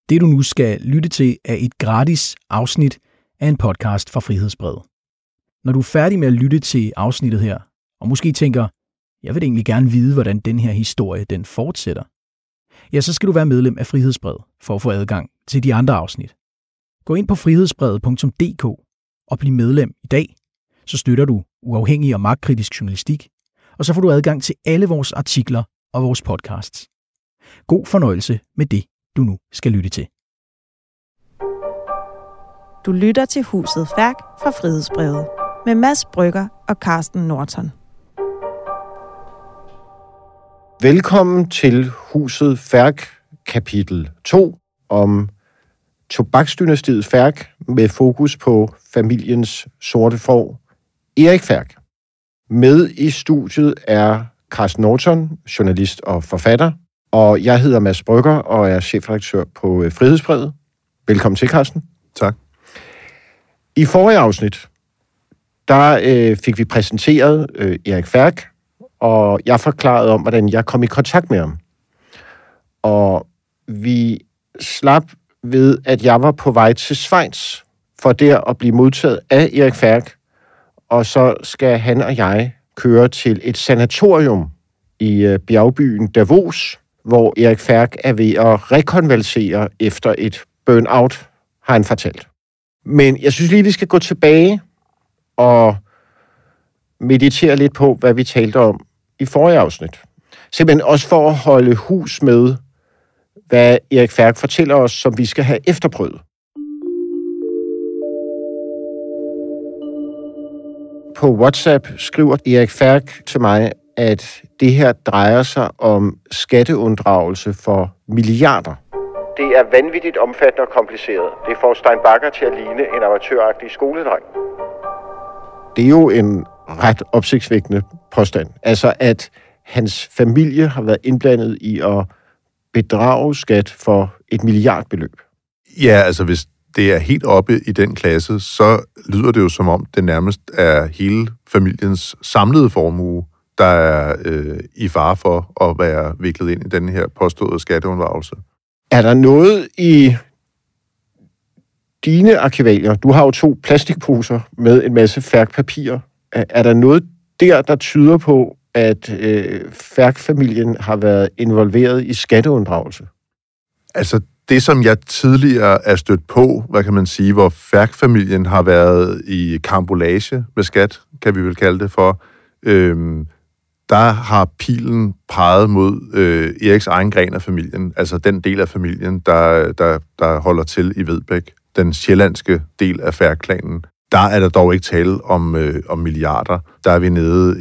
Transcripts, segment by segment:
Det du nu skal lytte til er et gratis afsnit af en podcast fra Frihedsbrevet. Når du er færdig med at lytte til afsnittet her, og måske tænker, jeg vil egentlig gerne vide, hvordan den her historie den fortsætter, ja, så skal du være medlem af Frihedsbrevet for at få adgang til de andre afsnit. Gå ind på frihedsbrevet.dk og bliv medlem i dag, så støtter du uafhængig og magtkritisk journalistik, og så får du adgang til alle vores artikler og vores podcasts. God fornøjelse med det, du nu skal lytte til. Du lytter til Huset Færk fra Frihedsbrevet med Mads Brügger og Carsten Norton. Velkommen til Huset Færk, kapitel 2 om tobaksdynastiet Færk med fokus på familiens sorte får, Erik Færk. Med i studiet er Carsten Norton, journalist og forfatter, og jeg hedder Mads Brügger og er chefredaktør på Frihedsbrevet. Velkommen til, Carsten. Tak. I forrige afsnit, der fik vi præsenteret Erik Færk, og jeg forklarede om, hvordan jeg kom i kontakt med ham. Og vi slap ved, at jeg var på vej til Schweiz for der at blive modtaget af Erik Færk, og så skal han og jeg køre til et sanatorium i bjergbyen Davos, hvor Erik Færk er ved at rekonvalesere efter et burnout, har han fortalt. Men jeg synes lige, vi skal gå tilbage og meditere lidt på, hvad vi talte om i forrige afsnit. Simpelthen også for at holde hus med, hvad Erik Færk fortæller os, som vi skal have efterprøvet. På WhatsApp skriver Erik Færk til mig, at det her drejer sig om skatteunddragelse for milliarder. Det er vanvittigt omfattende og kompliceret. Det får Stein Bagger til at ligne en amatøragtig skoledreng. Det er jo en ret opsigtsvækkende påstand. Altså, at hans familie har været indblandet i at bedrage skat for et milliardbeløb. Ja, altså hvis det er helt oppe i den klasse, så lyder det jo som om, det nærmest er hele familiens samlede formue, der er i fare for at være viklet ind i den her påståede skatteunddragelse. Er der noget i dine arkivalier? Du har jo 2 plastikposer med en masse Færk-papirer. Er der noget der tyder på, at Færk-familien har været involveret i skatteunddragelse? Altså det, som jeg tidligere er stødt på, hvad kan man sige, hvor Færk-familien har været i karambolage med skat, kan vi vel kalde det for, der har pilen peget mod Eriks egen gren af familien, altså den del af familien, der holder til i Vedbæk, den sjællandske del af Færk-klanen. Der er der dog ikke tale om milliarder. Der er vi nede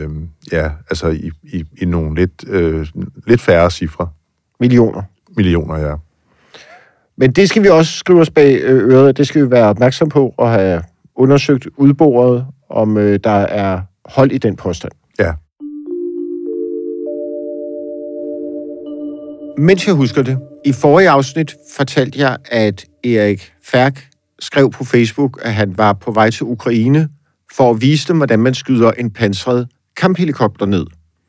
i nogle lidt færre cifre. Millioner, ja. Men det skal vi også skrive os bag øret. Det skal vi være opmærksom på og have undersøgt, udboret, om der er hold i den påstand. Ja. Mens jeg husker det, i forrige afsnit fortalte jeg, at Erik Færk skrev på Facebook, at han var på vej til Ukraine for at vise dem, hvordan man skyder en pansret kamphelikopter ned.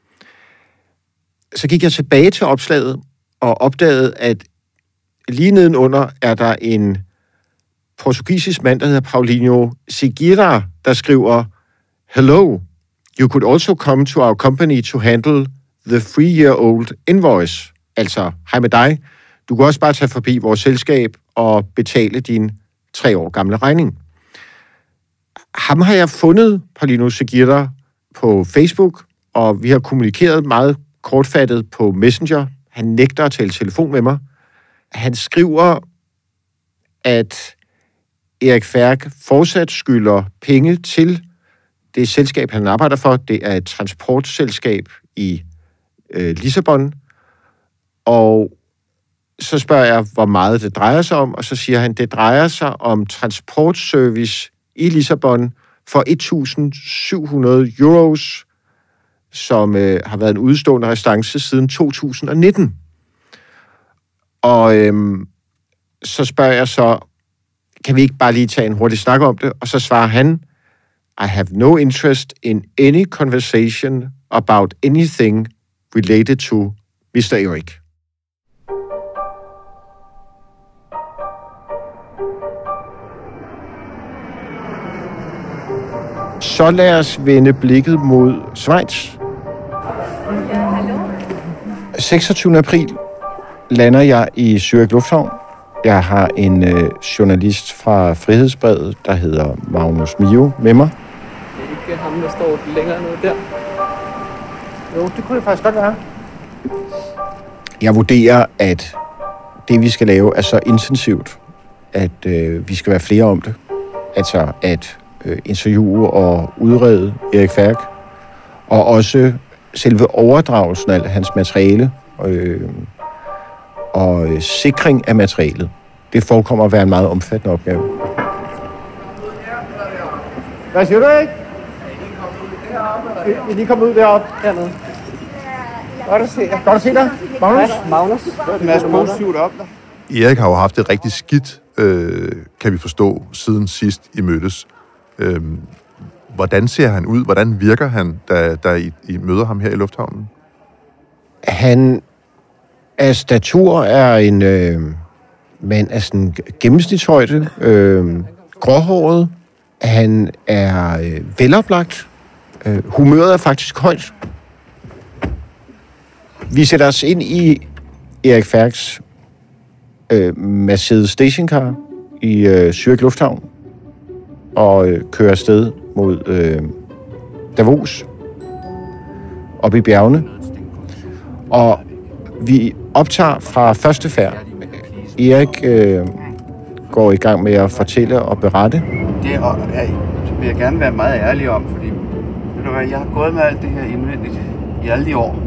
Så gik jeg tilbage til opslaget og opdagede, at lige nedenunder er der en portugisisk mand, der hedder Paulinho Siqueira, der skriver, "Hello, you could also come to our company to handle the 3-year-old invoice." Altså, hej med dig. Du kan også bare tage forbi vores selskab og betale din 3 år gamle regning. Ham har jeg fundet, Paulinho Siqueira, på Facebook, og vi har kommunikeret meget kortfattet på Messenger. Han nægter at tale telefon med mig. Han skriver, at Erik Færk fortsat skylder penge til det selskab, han arbejder for. Det er et transportselskab i Lissabon. Og så spørger jeg, hvor meget det drejer sig om, og så siger han, det drejer sig om transportservice i Lissabon for 1.700 euros, som har været en udstående restance siden 2019. Og så spørger jeg så, kan vi ikke bare lige tage en hurtig snak om det? Og så svarer han, I have no interest in any conversation about anything related to Mr. Erik. Så lad os vende blikket mod Schweiz. 26. april lander jeg i Zürich Lufthavn. Jeg har en journalist fra Frihedsbrevet, der hedder Magnus Mio, med mig. Det er ikke ham, der står længere nede der. Jo, det kunne det faktisk godt være. Jeg vurderer, at det, vi skal lave, er så intensivt, at vi skal være flere om det. Altså at interviewe og udrede Erik Færk, og også selve overdragelsen af hans materiale og sikring af materialet. Det forekommer at være en meget omfattende opgave. Hvad siger du, ikke? Vil I komme ud deroppe? Hernede. Godt at se dig. Magnus? Magnus. En masse positivt op der. Erik har jo haft det rigtig skidt, kan vi forstå, siden sidst I mødtes. Hvordan ser han ud? Hvordan virker han, da I møder ham her i lufthavnen? Han af statur er en mand af sådan gennemsnitshøjde, gråhåret. Han er veloplagt. Humøret er faktisk højt. Vi sætter os ind i Erik Færks Mercedes stationcar i Zürich Lufthavn og kører afsted mod Davos op i bjergene. Og vi optager fra første færd. Erik går i gang med at fortælle og berette. Det vil jeg gerne være meget ærlig om, fordi ved du hvad, jeg har gået med alt det her indvendigt i alle de år.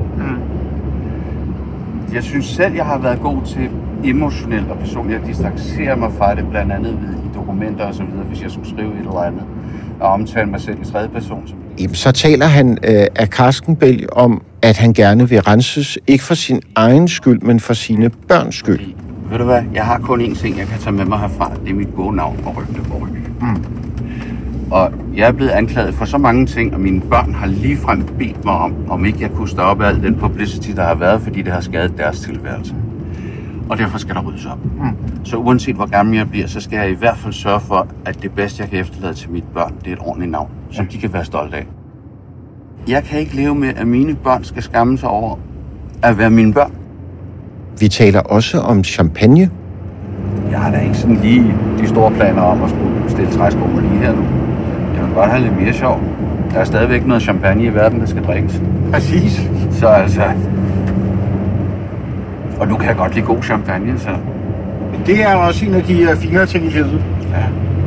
Jeg synes selv, jeg har været god til emotionelt og personligt at distancere mig fra det, blandt andet i dokumenter og så videre, hvis jeg skulle skrive et eller andet, og omtale mig selv i tredje person. Jamen, så taler han af Karskenbæl om, at han gerne vil renses, ikke for sin egen skyld, men for sine børns skyld. Fordi, ved du hvad, jeg har kun én ting, jeg kan tage med mig herfra. Det er mit gode navn og rygte på rygte. Og jeg er blevet anklaget for så mange ting, og mine børn har ligefrem bedt mig om ikke jeg kunne stoppe al den publicity, der har været, fordi det har skadet deres tilværelse. Og derfor skal der ryddes op. Så uanset hvor gammel jeg bliver, så skal jeg i hvert fald sørge for, at det bedste, jeg kan efterlade til mine børn, det er et ordentligt navn, som de kan være stolte af. Jeg kan ikke leve med, at mine børn skal skamme sig over at være mine børn. Vi taler også om champagne. Jeg har da ikke sådan lige de store planer om at skulle stille træsko lige her nu. Jeg vil godt have lidt mere sjov. Der er stadigvæk noget champagne i verden, der skal drikkes. Præcis. Så altså... Og nu kan jeg godt lide god champagne, så... Det er også en af de finere ting i livet. Ja.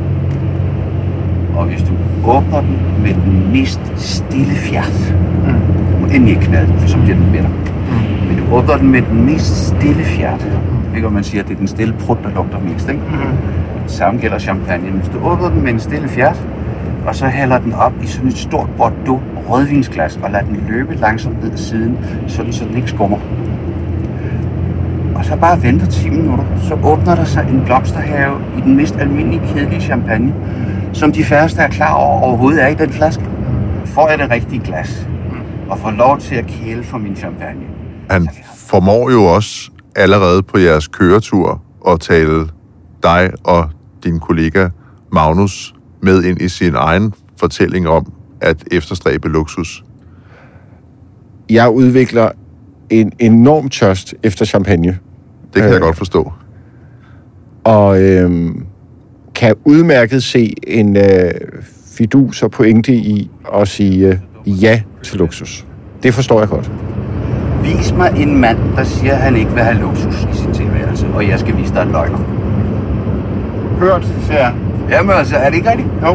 Og hvis du åbner den med den mest stille fjert, du må endelig ikke knalde den, for så bliver den bitter. Men du åbner den med den mest stille fjert. Ikke, og man siger, at det er den stille prut, der lugter mest, ikke? Det samme gælder champagne. Hvis du åbner den med en stille fjert, og så hælder den op i sådan et stort Bordeaux rødvinsglas, og lader den løbe langsomt ned ad siden, sådan så den ikke skummer. Og så bare venter 10 minutter, så åbner der sig en blomsterhave i den mest almindelige, kedelige champagne, som de færreste er klar over overhovedet er i den flaske. Får jeg det rigtige glas, og får lov til at kæle for min champagne. Han formår jo også allerede på jeres køretur at tale dig og din kollega Magnus med ind i sin egen fortælling om at efterstræbe luksus. Jeg udvikler en enorm tørst efter champagne. Det kan jeg godt forstå. Og kan udmærket se en fidus og pointe i at sige ja til luksus. Det forstår jeg godt. Vis mig en mand, der siger, at han ikke vil have luksus i sin tilværelse, og jeg skal vise dig en løgner. Hørt, siger jeg. Jamen altså, er det ikke rigtigt? Jo.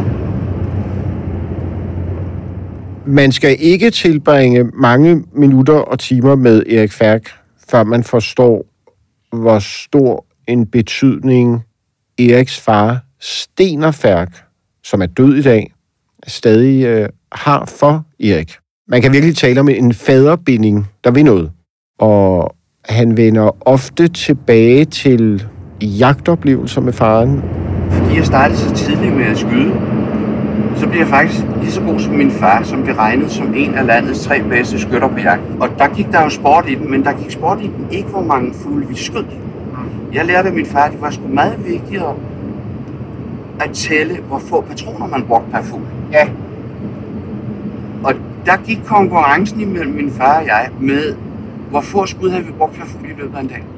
Man skal ikke tilbringe mange minutter og timer med Erik Færk, før man forstår, hvor stor en betydning Eriks far, Stener Færk, som er død i dag, stadig har for Erik. Man kan virkelig tale om en faderbinding, der vil noget. Og han vender ofte tilbage til jagtoplevelser med faren. Fordi jeg startede så tidligt med at skyde, så bliver jeg faktisk lige så god som min far, som blev regnet som en af landets 3 bedste skytter på jagt. Og der gik der jo sport i den, men der gik sport i den ikke, hvor mange fugle vi skød. Jeg lærte af min far, det var sgu meget vigtigere at tælle, hvor få patroner man brugte per fugl. Ja. der gik konkurrencen imellem min far og jeg med, hvor få skud havde vi brugt per fugl i løbet af en dag.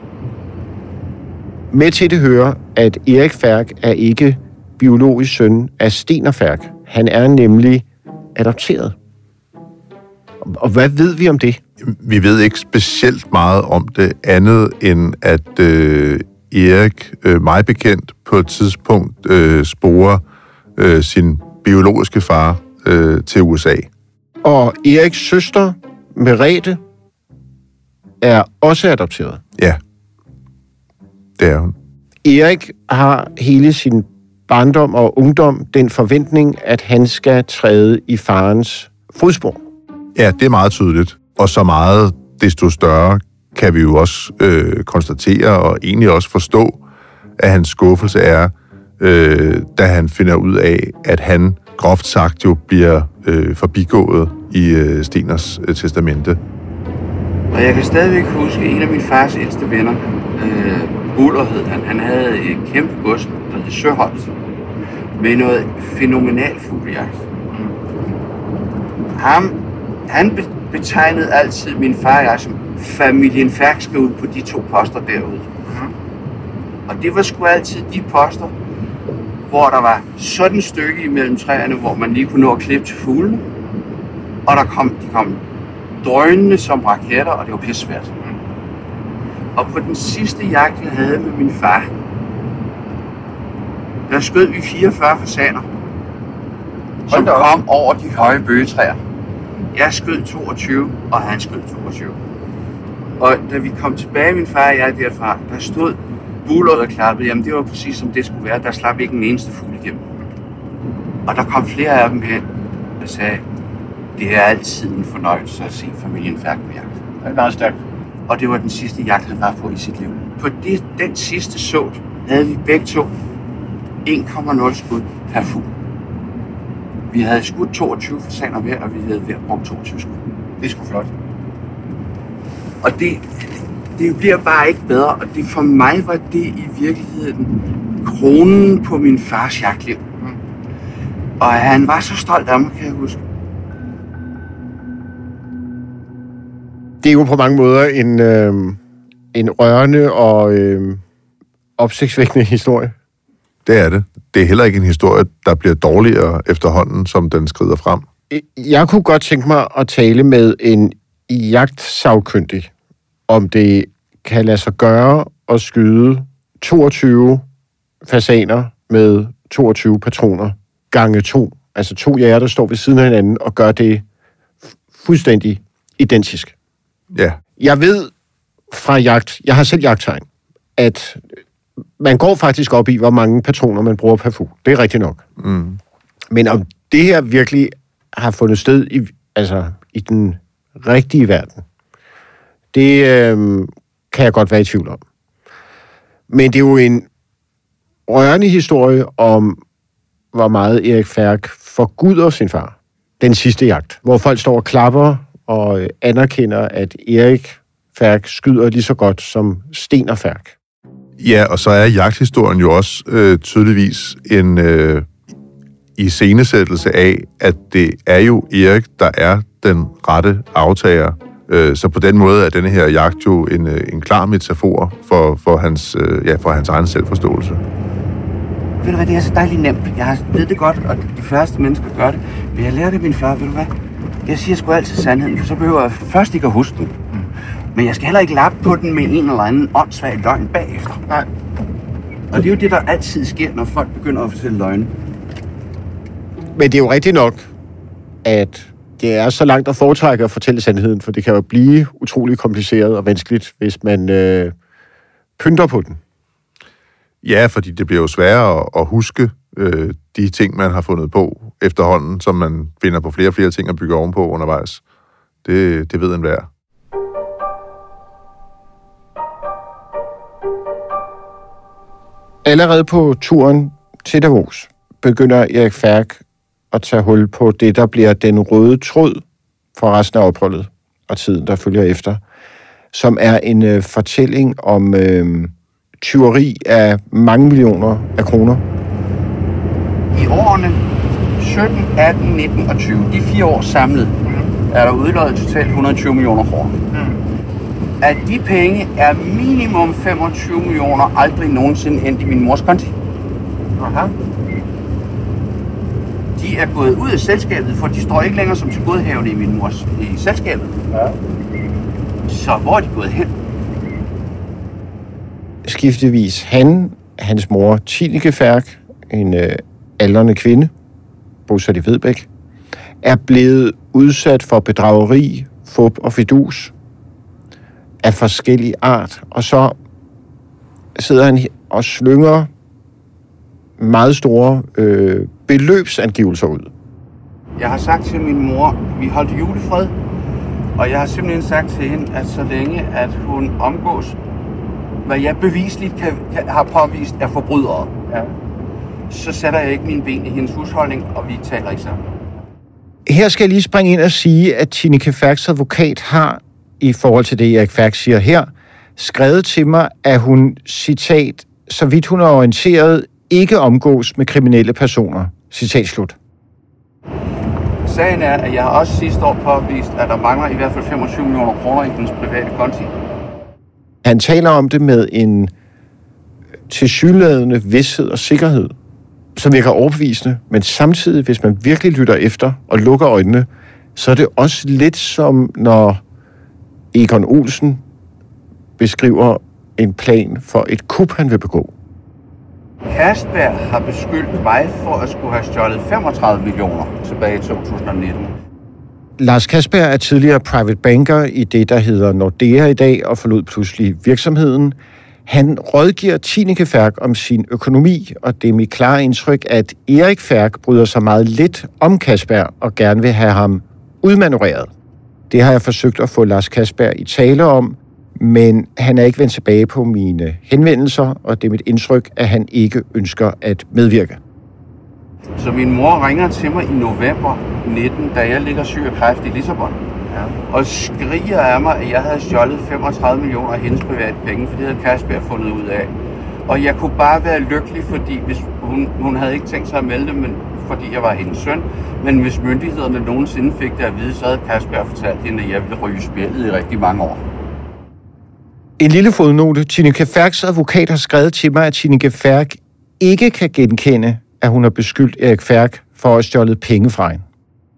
Med til det hører, at Erik Færk er ikke biologisk søn af Steen Færk. Han er nemlig adopteret. Og hvad ved vi om det? Vi ved ikke specielt meget om det andet, end at Erik, mig bekendt, på et tidspunkt sporer sin biologiske far til USA. Og Eriks søster, Merete, er også adopteret. Ja, det er hun. Erik har hele sin barndom og ungdom den forventning, at han skal træde i farens fodspor. Ja, det er meget tydeligt. Og så meget, desto større, kan vi jo også konstatere og egentlig også forstå, at hans skuffelse er, da han finder ud af, at han groft sagt jo bliver forbigået i Steners testamente. Og jeg kan stadigvæk huske en af min fars ældste venner, Buller hed han. Han havde et kæmpe gods, der hed Søholt, med noget fænomenalt fuglejagt. Han betegnede altid min far og jeg som familien Færk skal ud på de 2 poster derude. Og det var sgu altid de poster, hvor der var sådan et stykke imellem træerne, hvor man lige kunne nå at klippe til fuglene. Og de kom drønende som raketter, og det var pissesvært. Og på den sidste jagt, jeg havde med min far, der skød vi 44 fasaner, som kom over de høje bøgetræer. Jeg skød 22, og han skød 22. Og da vi kom tilbage, min far og jeg derfra, der stod buller, der klappede. Jamen, det var præcis som det skulle være. Der slap ikke en eneste fugl igennem. Og der kom flere af dem hen og sagde, det er altid en fornøjelse at se familien Færk på jagt. Det er meget stærkt. Og det var den sidste jagt, han var på i sit liv. På den sidste så havde vi begge to 1,0 skud per fugl. Vi havde skudt 22 fasaner hver, og vi havde hver brugt 22 skud. Det er sgu flot. Og det bliver bare ikke bedre, og det for mig var det i virkeligheden kronen på min fars jagtliv. Og han var så stolt af mig, kan jeg huske. Det er jo på mange måder en rørende og opsigtsvækkende historie. Det er det. Det er heller ikke en historie, der bliver dårligere efterhånden, som den skrider frem. Jeg kunne godt tænke mig at tale med en jagtsagkyndig, om det kan lade sig gøre at skyde 22 fasaner med 22 patroner gange 2. Altså 2 jæger, der står ved siden af hinanden og gør det fuldstændig identisk. Ja. Jeg ved fra jagt, jeg har selv jagttegn, at man går faktisk op i, hvor mange patroner man bruger per fugl. Det er rigtigt nok. Mm. Men om det her virkelig har fundet sted i den rigtige verden, det kan jeg godt være i tvivl om. Men det er jo en rørende historie om, hvor meget Erik Færk forguder sin far. Den sidste jagt, hvor folk står og klapper og anerkender, at Erik Færk skyder lige så godt som Steen Færk. Ja, og så er jagthistorien jo også tydeligvis en iscenesættelse af, at det er jo Erik, der er den rette aftager. Så på den måde er denne her jagt jo en klar metafor for hans egen selvforståelse. Ved du hvad, det er så dejligt nemt. Jeg ved det godt, og de fleste mennesker gør det. Men jeg lærte af min far, ved du hvad? Jeg siger sgu altid sandheden, for så behøver jeg først ikke at huske den. Men jeg skal heller ikke lappe på den med en eller anden åndssvag løgn bagefter. Nej. Og det er jo det, der altid sker, når folk begynder at fortælle løgne. Men det er jo rigtigt nok, at det er så langt at foretrække at fortælle sandheden, for det kan jo blive utrolig kompliceret og vanskeligt, hvis man pynter på den. Ja, fordi det bliver jo sværere at huske de ting, man har fundet på efterhånden, som man finder på flere og flere ting at bygge ovenpå undervejs. Det ved enhver. Allerede på turen til Davos begynder Erik Færk at tage hul på det, der bliver den røde tråd for resten af opholdet og tiden, der følger efter, som er en fortælling om tyveri af mange millioner af kroner. I årene 17, 18, 19 og 20, de 4 år samlet, er der udløjet totalt 120 millioner kroner. At de penge er minimum 25 millioner aldrig nogensinde endt i min mors konti. Aha. De er gået ud af selskabet, for de står ikke længere som tilgodehavende i min mors i selskabet. Ja. Så hvor er de gået hen? Skiftevis hans mor Tineke Færk, en aldrende kvinde, bosat i Vedbæk, er blevet udsat for bedrageri, fup og fidus af forskellig art. Og så sidder han og slynger meget store beløbsangivelser ud. Jeg har sagt til min mor, vi holdt julefred, og jeg har simpelthen sagt til hende, at så længe at hun omgås, hvad jeg bevisligt har påvist af forbrydere, så sætter jeg ikke mine ben i hendes husholdning, og vi taler ikke sammen. Her skal jeg lige springe ind og sige, at Tineke Færks advokat har, i forhold til det, Erik Færk siger her, skrevet til mig, at hun, citat, så vidt hun er orienteret, ikke omgås med kriminelle personer. Citat slut. Sagen er, at jeg har også sidste år påvist, at der mangler i hvert fald 25 millioner kroner i hendes private konti. Han taler om det med en tilsyneladende vished og sikkerhed, som virker overbevisende, men samtidig, hvis man virkelig lytter efter og lukker øjnene, så er det også lidt som, når Egon Olsen beskriver en plan for et kup, han vil begå. Castberg har beskyldt mig for at skulle have stjålet 35 millioner tilbage i 2019. Lars Castberg er tidligere private banker i det, der hedder Nordea i dag, og forlod pludselig virksomheden. Han rådgiver Tineke Færk om sin økonomi, og det er mit klare indtryk, at Erik Færk bryder sig meget lidt om Castberg og gerne vil have ham udmanøvreret. Det har jeg forsøgt at få Lars Castberg i tale om, men han er ikke vendt tilbage på mine henvendelser, og det er mit indtryk, at han ikke ønsker at medvirke. Så min mor ringer til mig i november 19, da jeg ligger syg af kræft i Lissabon, og skriger af mig, at jeg havde stjålet 35 millioner af hendes private penge, for det havde Castberg fundet ud af. Og jeg kunne bare være lykkelig, fordi hvis hun havde ikke tænkt sig at melde det, men fordi jeg var hendes søn. Men hvis myndighederne nogensinde fik det at vide, så havde Castberg fortalt hende, at jeg ville ryge spjældet i rigtig mange år. En lille fodnote. Tineke Færks advokat har skrevet til mig, at Tineke Færk ikke kan genkende, at hun har beskyldt Erik Færk for at have stjålet penge fra hende.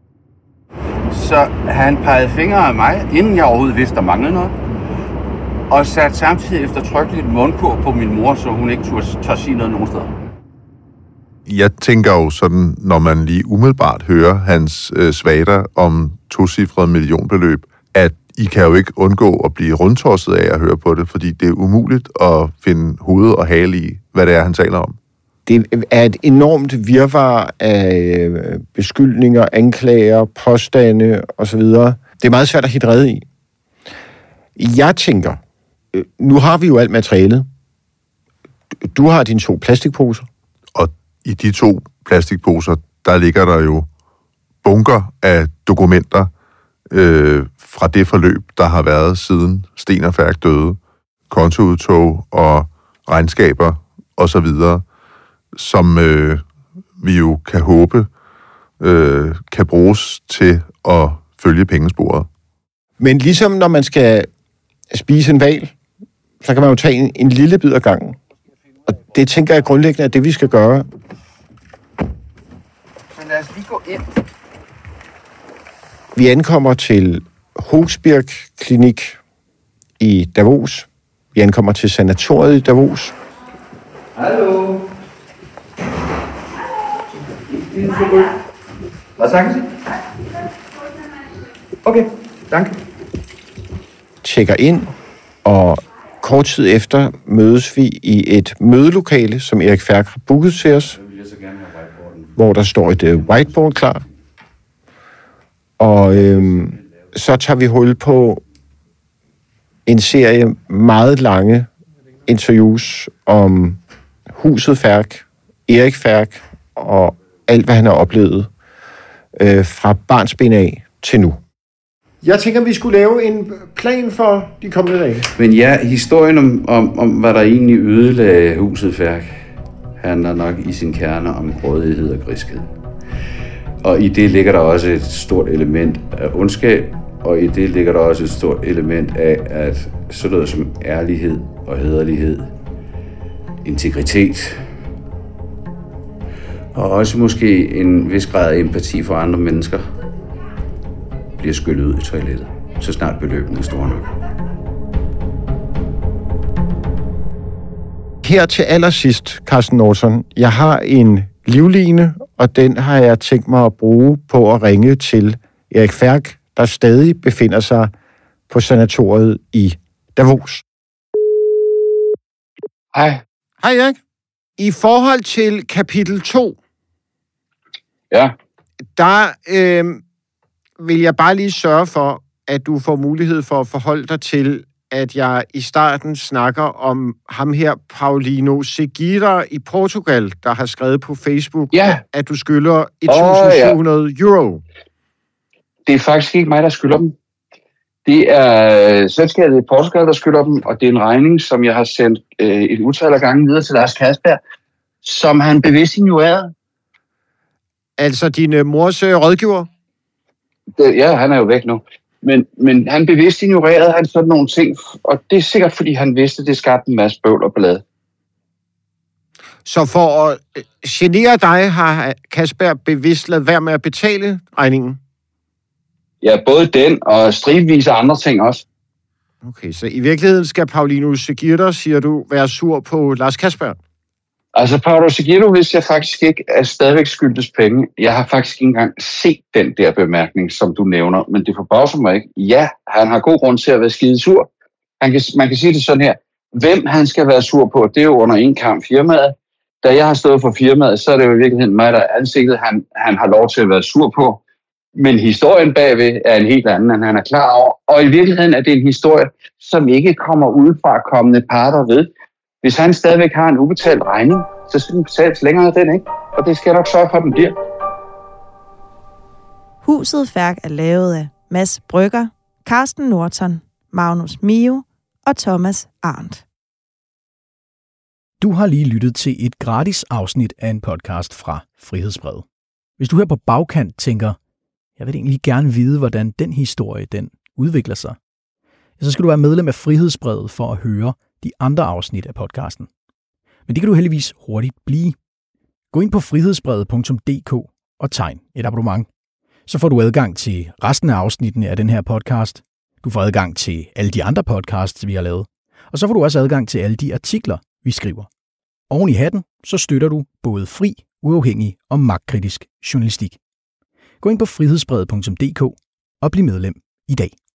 Så han pegede fingre af mig, inden jeg overhovedet vidste, der manglede noget. Og satte samtidig eftertrykkeligt et mundkurv på min mor, så hun ikke tør sige noget nogen steder. Jeg tænker jo sådan, når man lige umiddelbart hører hans svater om tocifrede millionbeløb, at I kan jo ikke undgå at blive rundtosset af at høre på det, fordi det er umuligt at finde hoved og hale i, hvad det er, han taler om. Det er et enormt virvar af beskyldninger, anklager, påstande osv. Det er meget svært at hitte rede i. Jeg tænker, nu har vi jo alt materialet. Du har dine 2 plastikposer. Og i de 2 plastikposer, der ligger der jo bunker af dokumenter fra det forløb, der har været siden Sten og Færk døde. Kontoudtog og regnskaber osv., som vi jo kan håbe kan bruges til at følge pengesporet. Men ligesom når man skal spise en hval, så kan man jo tage en lille bid ad gangen. Og det tænker jeg grundlæggende er det, vi skal gøre. Så lad os lige gå ind. Vi ankommer til Hogsbjerg Klinik i Davos. Vi ankommer til sanatoriet i Davos. Hallo. Hvad sagen Sie? Okay, danke. Tjekker ind, og kort tid efter mødes vi i et mødelokale, som Erik Færk har booket til os, hvor der står et whiteboard klar. Og så tager vi hul på en serie meget lange interviews om huset Færk, Erik Færk og alt, hvad han har oplevet fra barnsben af til nu. Jeg tænker, vi skulle lave en plan for de kommende dage. Men ja, historien om hvad der egentlig ødelagde huset Færk, handler nok i sin kerne om grådighed og griskhed. Og i det ligger der også et stort element af ondskab, og i det ligger der også et stort element af, at sådan noget som ærlighed og hæderlighed, integritet, og også måske en vis grad af empati for andre mennesker, bliver skyllet ud i toilettet, så snart beløbene er store nok. Her til allersidst, Carsten Norton, jeg har en livline, og den har jeg tænkt mig at bruge på at ringe til Erik Færk, der stadig befinder sig på sanatoriet i Davos. Hej. Hej Erik. I forhold til kapitel 2, Ja. der vil jeg bare lige sørge for, at du får mulighed for at forholde dig til, at jeg i starten snakker om ham her, Paulino Seguida i Portugal, der har skrevet på Facebook, at du skylder 1.700 euro. Det er faktisk ikke mig, der skylder dem. Det er selskabet i Portugal, der skylder dem, og det er en regning, som jeg har sendt et utal af gange videre til Lars Kasper, som han bevidst ignorerede. Altså din mors rådgiver? Ja, han er jo væk nu. Men han bevidst ignorerede han sådan nogle ting, og det er sikkert, fordi han vidste, at det skabte en masse bøvl og ballade. Så for at genere dig, har Kasper bevidst ladet være med at betale regningen? Ja, både den og stribevis af andre ting også. Okay, så i virkeligheden skal Paulino Seguida, siger du, være sur på Lars Kasper? Altså, Paulino Seguida vidste jeg faktisk ikke, at stadigvæk skyldes penge. Jeg har faktisk ikke engang set den der bemærkning, som du nævner, men det forbavser mig ikke. Ja, han har god grund til at være skide sur. Man kan sige det sådan her. Hvem han skal være sur på, det er jo under en kamp firmaet. Da jeg har stået for firmaet, så er det jo i virkeligheden mig, der er ansigtet, han har lov til at være sur på. Men historien bagved er en helt anden, end han er klar over. Og i virkeligheden er det en historie, som ikke kommer udefra kommende parter ved. Hvis han stadigvæk har en ubetalt regning, så skal den betales længere af den, ikke? Og det skal jeg nok sørge for, at den bliver. Huset Færk er lavet af Mads Brygger, Carsten Norton, Magnus Mio og Thomas Arndt. Du har lige lyttet til et gratis afsnit af en podcast fra Frihedsbrevet. Hvis du her på bagkant tænker, jeg vil egentlig gerne vide, hvordan den historie den udvikler sig, så skal du være medlem af Frihedsbrevet for at høre de andre afsnit af podcasten. Men det kan du heldigvis hurtigt blive. Gå ind på frihedsbrevet.dk og tegn et abonnement. Så får du adgang til resten af afsnittene af den her podcast. Du får adgang til alle de andre podcasts, vi har lavet. Og så får du også adgang til alle de artikler, vi skriver. Oven i hatten, så støtter du både fri, uafhængig og magtkritisk journalistik. Gå ind på frihedsbrevet.dk og bliv medlem i dag.